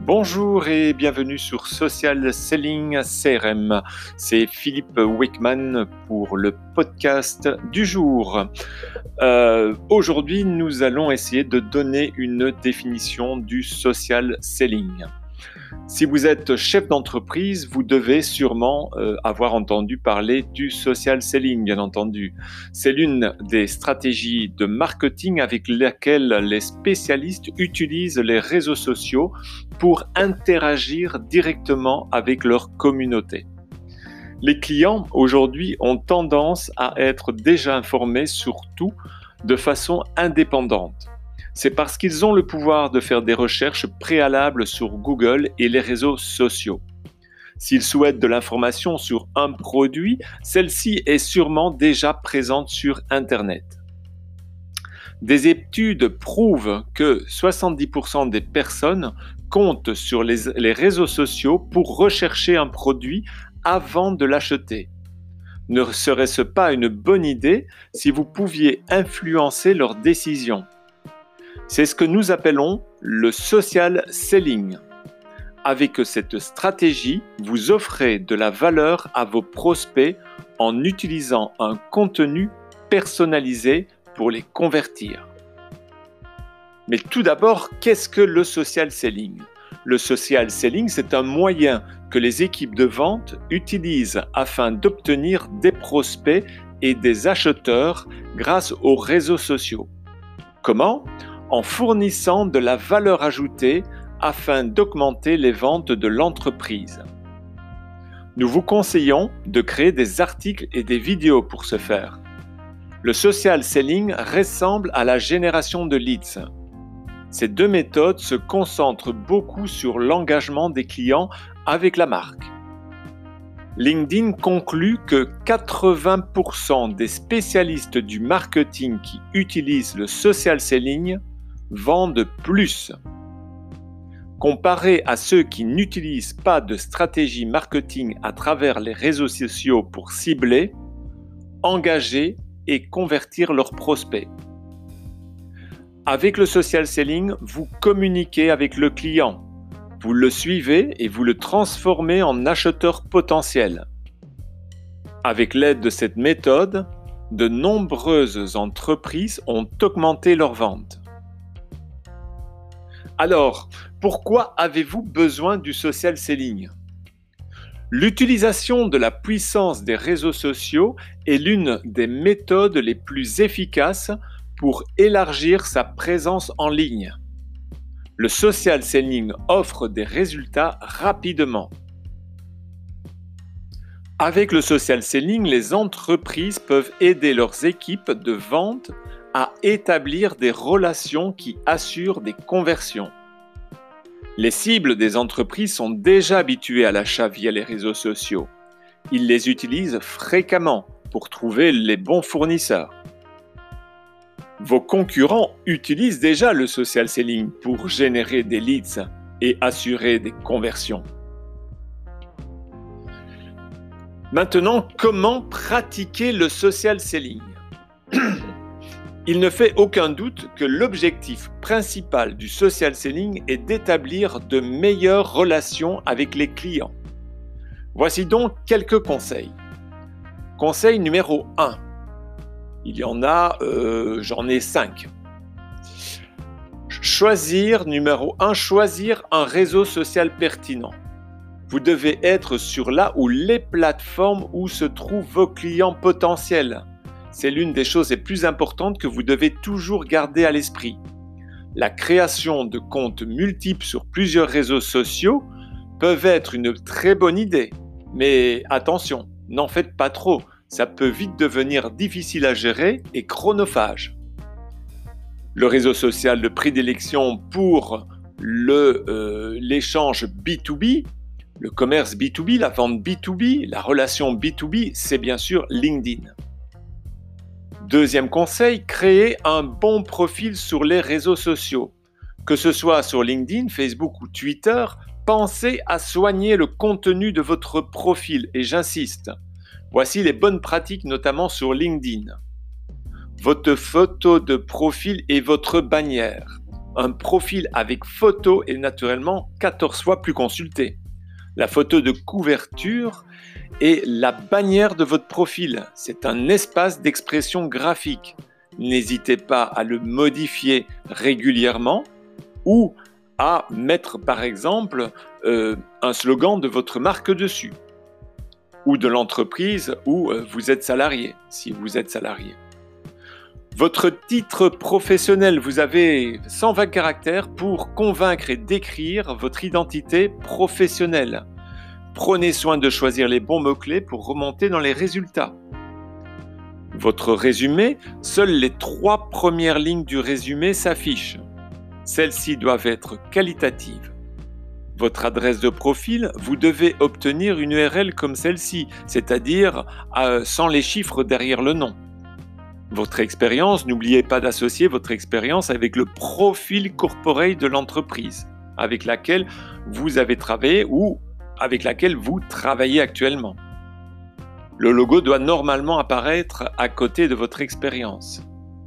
Bonjour et bienvenue sur Social Selling CRM. C'est Philippe Wickman pour le podcast du jour. Aujourd'hui, nous allons essayer de donner une définition du social selling. Si vous êtes chef d'entreprise, vous devez sûrement avoir entendu parler du social selling, bien entendu. C'est l'une des stratégies de marketing avec laquelle les spécialistes utilisent les réseaux sociaux pour interagir directement avec leur communauté. Les clients, aujourd'hui, ont tendance à être déjà informés sur tout de façon indépendante. C'est parce qu'ils ont le pouvoir de faire des recherches préalables sur Google et les réseaux sociaux. S'ils souhaitent de l'information sur un produit, celle-ci est sûrement déjà présente sur Internet. Des études prouvent que 70% des personnes comptent sur les réseaux sociaux pour rechercher un produit avant de l'acheter. Ne serait-ce pas une bonne idée si vous pouviez influencer leurs décisions ? C'est ce que nous appelons le social selling. Avec cette stratégie, vous offrez de la valeur à vos prospects en utilisant un contenu personnalisé pour les convertir. Mais tout d'abord, qu'est-ce que le social selling ? Le social selling, c'est un moyen que les équipes de vente utilisent afin d'obtenir des prospects et des acheteurs grâce aux réseaux sociaux. Comment ? En fournissant de la valeur ajoutée afin d'augmenter les ventes de l'entreprise. Nous vous conseillons de créer des articles et des vidéos pour ce faire. Le social selling ressemble à la génération de leads. Ces deux méthodes se concentrent beaucoup sur l'engagement des clients avec la marque. LinkedIn conclut que 80% des spécialistes du marketing qui utilisent le social selling vendent plus. Comparé à ceux qui n'utilisent pas de stratégie marketing à travers les réseaux sociaux pour cibler, engager et convertir leurs prospects. Avec le social selling, vous communiquez avec le client, vous le suivez et vous le transformez en acheteur potentiel. Avec l'aide de cette méthode, de nombreuses entreprises ont augmenté leurs ventes. Alors, pourquoi avez-vous besoin du social selling ? L'utilisation de la puissance des réseaux sociaux est l'une des méthodes les plus efficaces pour élargir sa présence en ligne. Le social selling offre des résultats rapidement. Avec le social selling, les entreprises peuvent aider leurs équipes de vente à établir des relations qui assurent des conversions. Les cibles des entreprises sont déjà habituées à l'achat via les réseaux sociaux. Ils les utilisent fréquemment pour trouver les bons fournisseurs. Vos concurrents utilisent déjà le social selling pour générer des leads et assurer des conversions. Maintenant, comment pratiquer le social selling ? Il ne fait aucun doute que l'objectif principal du social selling est d'établir de meilleures relations avec les clients. Voici donc quelques conseils. Conseil numéro 1. Il y en a, j'en ai 5. Numéro 1, choisir un réseau social pertinent. Vous devez être sur là où les plateformes où se trouvent vos clients potentiels. C'est l'une des choses les plus importantes que vous devez toujours garder à l'esprit. La création de comptes multiples sur plusieurs réseaux sociaux peuvent être une très bonne idée. Mais attention, n'en faites pas trop, ça peut vite devenir difficile à gérer et chronophage. Le réseau social de prédilection pour l'échange B2B, le commerce B2B, la vente B2B, la relation B2B, c'est bien sûr LinkedIn. Deuxième conseil, créer un bon profil sur les réseaux sociaux. Que ce soit sur LinkedIn, Facebook ou Twitter, pensez à soigner le contenu de votre profil et j'insiste. Voici les bonnes pratiques notamment sur LinkedIn. Votre photo de profil et votre bannière. un profil avec photo est naturellement 14 fois plus consulté. La photo de couverture est la bannière de votre profil. C'est un espace d'expression graphique. N'hésitez pas à le modifier régulièrement ou à mettre par exemple un slogan de votre marque dessus ou de l'entreprise où vous êtes salarié, si vous êtes salarié. Votre titre professionnel, vous avez 120 caractères pour convaincre et décrire votre identité professionnelle. Prenez soin de choisir les bons mots-clés pour remonter dans les résultats. Votre résumé, seules les 3 premières lignes du résumé s'affichent. Celles-ci doivent être qualitatives. Votre adresse de profil, vous devez obtenir une URL comme celle-ci, c'est-à-dire sans les chiffres derrière le nom. Votre expérience, n'oubliez pas d'associer votre expérience avec le profil corporate de l'entreprise avec laquelle vous avez travaillé ou avec laquelle vous travaillez actuellement. Le logo doit normalement apparaître à côté de votre expérience.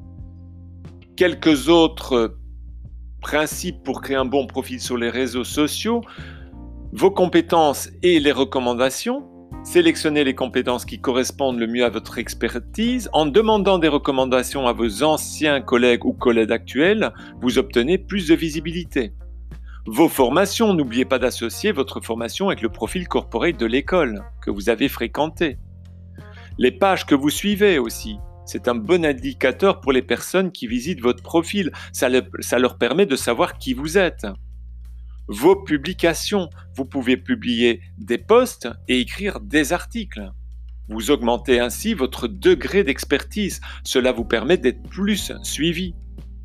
Quelques autres principes pour créer un bon profil sur les réseaux sociaux, vos compétences et les recommandations. Sélectionnez les compétences qui correspondent le mieux à votre expertise. En demandant des recommandations à vos anciens collègues ou collègues actuels, vous obtenez plus de visibilité. Vos formations, n'oubliez pas d'associer votre formation avec le profil corporate de l'école que vous avez fréquenté. Les pages que vous suivez aussi, c'est un bon indicateur pour les personnes qui visitent votre profil. Ça leur permet de savoir qui vous êtes. Vos publications, vous pouvez publier des posts et écrire des articles. Vous augmentez ainsi votre degré d'expertise. Cela vous permet d'être plus suivi.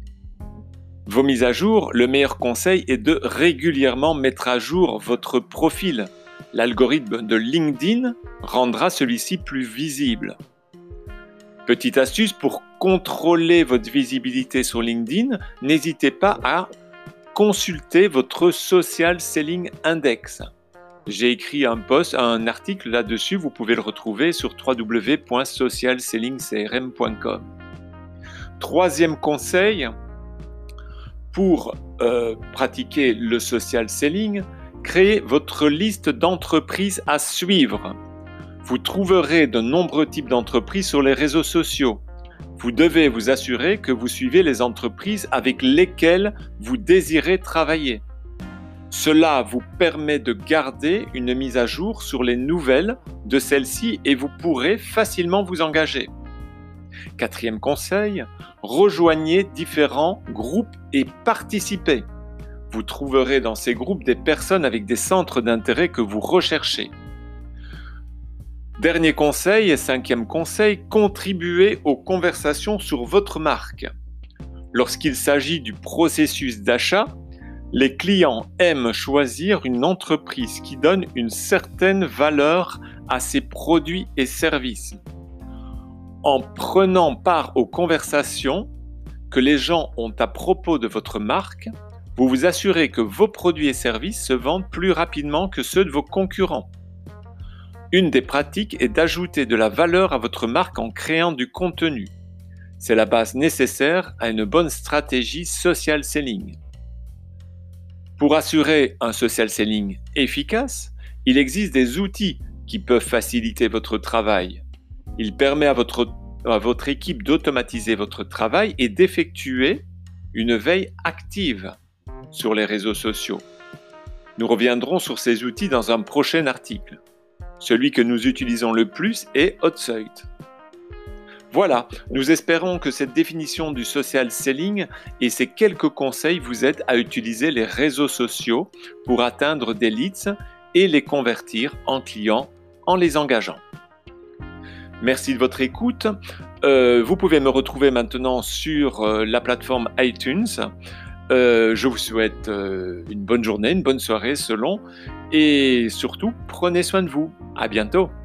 Vos mises à jour, le meilleur conseil est de régulièrement mettre à jour votre profil. L'algorithme de LinkedIn rendra celui-ci plus visible. Petite astuce pour contrôler votre visibilité sur LinkedIn, n'hésitez pas à consulter votre Social Selling Index. J'ai écrit un article là-dessus, vous pouvez le retrouver sur www.socialsellingcrm.com. Troisième conseil, pour pratiquer le social selling, créez votre liste d'entreprises à suivre. Vous trouverez de nombreux types d'entreprises sur les réseaux sociaux. Vous devez vous assurer que vous suivez les entreprises avec lesquelles vous désirez travailler. Cela vous permet de garder une mise à jour sur les nouvelles de celles-ci et vous pourrez facilement vous engager. Quatrième conseil, rejoignez différents groupes et participez. Vous trouverez dans ces groupes des personnes avec des centres d'intérêt que vous recherchez. Dernier conseil et cinquième conseil, contribuez aux conversations sur votre marque. Lorsqu'il s'agit du processus d'achat, les clients aiment choisir une entreprise qui donne une certaine valeur à ses produits et services. En prenant part aux conversations que les gens ont à propos de votre marque, vous vous assurez que vos produits et services se vendent plus rapidement que ceux de vos concurrents. Une des pratiques est d'ajouter de la valeur à votre marque en créant du contenu. C'est la base nécessaire à une bonne stratégie social selling. Pour assurer un social selling efficace, il existe des outils qui peuvent faciliter votre travail. Il permet à votre équipe d'automatiser votre travail et d'effectuer une veille active sur les réseaux sociaux. Nous reviendrons sur ces outils dans un prochain article. Celui que nous utilisons le plus est HotSuite. Voilà, nous espérons que cette définition du social selling et ces quelques conseils vous aident à utiliser les réseaux sociaux pour atteindre des leads et les convertir en clients en les engageant. Merci de votre écoute. Vous pouvez me retrouver maintenant sur la plateforme iTunes. Je vous souhaite une bonne journée, une bonne soirée selon, et surtout, prenez soin de vous. À bientôt.